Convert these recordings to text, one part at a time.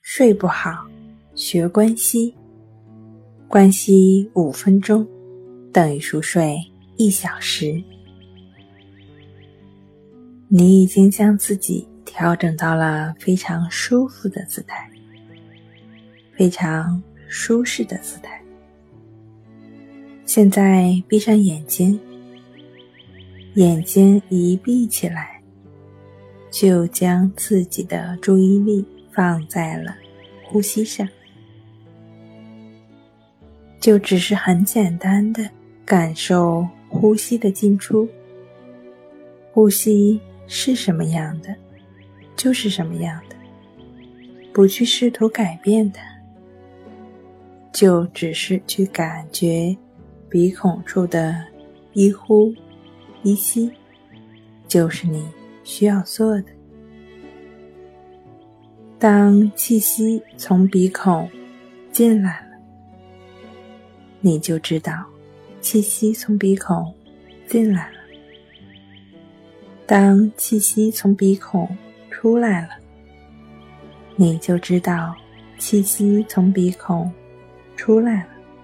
睡不好，学关息。关息5分钟等于熟睡1小时。你已经将自己调整到了非常舒服的姿态，非常舒适的姿态。现在闭上眼睛，眼睛一闭起来，就将自己的注意力放在了呼吸上，就只是很简单的感受呼吸的进出。呼吸是什么样的，就是什么样的，不去试图改变它，就只是去感觉鼻孔处的一呼一吸，就是你需要做的。当气息从鼻孔进来了，你就知道气息从鼻孔进来了。当气息从鼻孔出来了，你就知道气息从鼻孔出来了。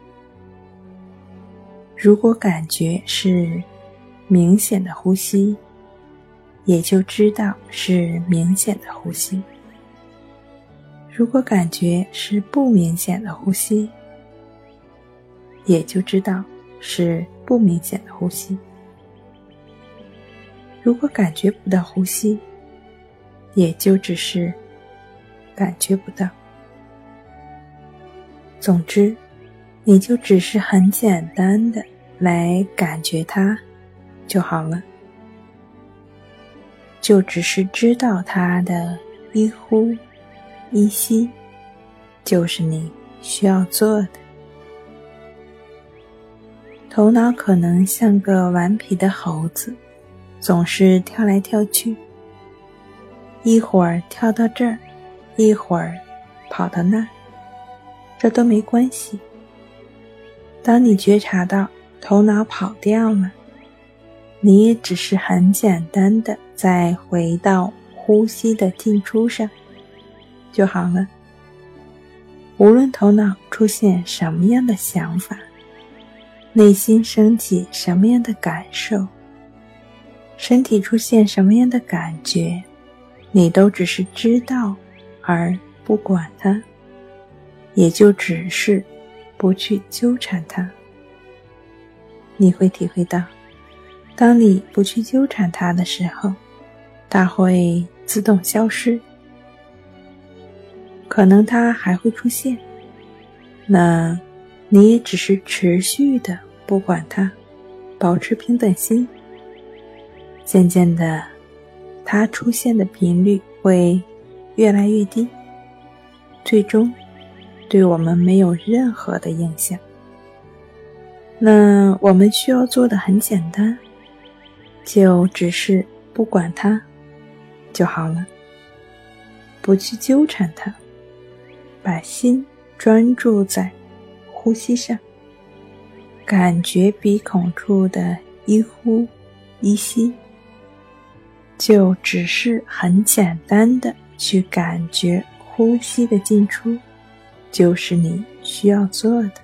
如果感觉是明显的呼吸，也就知道是明显的呼吸。如果感觉是不明显的呼吸，也就知道是不明显的呼吸。如果感觉不到呼吸，也就只是感觉不到。总之，你就只是很简单的来感觉它就好了，就只是知道它的一呼一吸，就是你需要做的。头脑可能像个顽皮的猴子，总是跳来跳去，一会儿跳到这儿，一会儿跑到那儿，这都没关系。当你觉察到头脑跑掉了，你也只是很简单的再回到呼吸的进出上就好了。无论头脑出现什么样的想法，内心升起什么样的感受，身体出现什么样的感觉，你都只是知道而不管它，也就只是不去纠缠它。你会体会到，当你不去纠缠它的时候，它会自动消失。可能它还会出现，那你也只是持续的不管它，保持平等心。渐渐的，它出现的频率会越来越低，最终对我们没有任何的影响。那我们需要做的很简单，就只是不管它就好了，不去纠缠它，把心专注在呼吸上，感觉鼻孔处的一呼一吸，就只是很简单的去感觉呼吸的进出，就是你需要做的。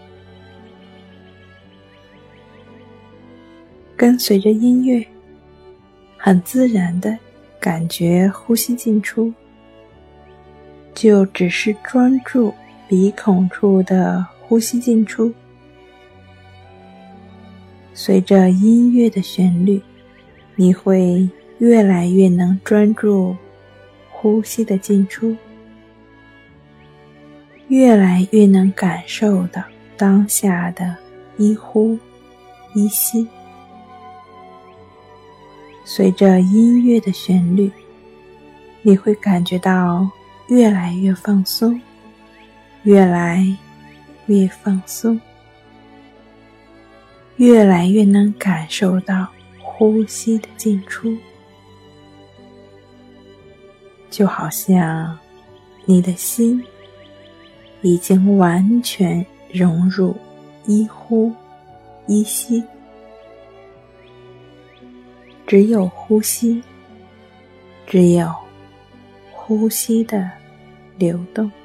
跟随着音乐，很自然的感觉呼吸进出，就只是专注鼻孔处的呼吸进出。随着音乐的旋律，你会越来越能专注呼吸的进出，越来越能感受到当下的一呼一吸。随着音乐的旋律，你会感觉到越来越放松，越来越放松，越来越能感受到呼吸的进出，就好像你的心已经完全融入一呼一吸，只有呼吸，只有呼吸的流动。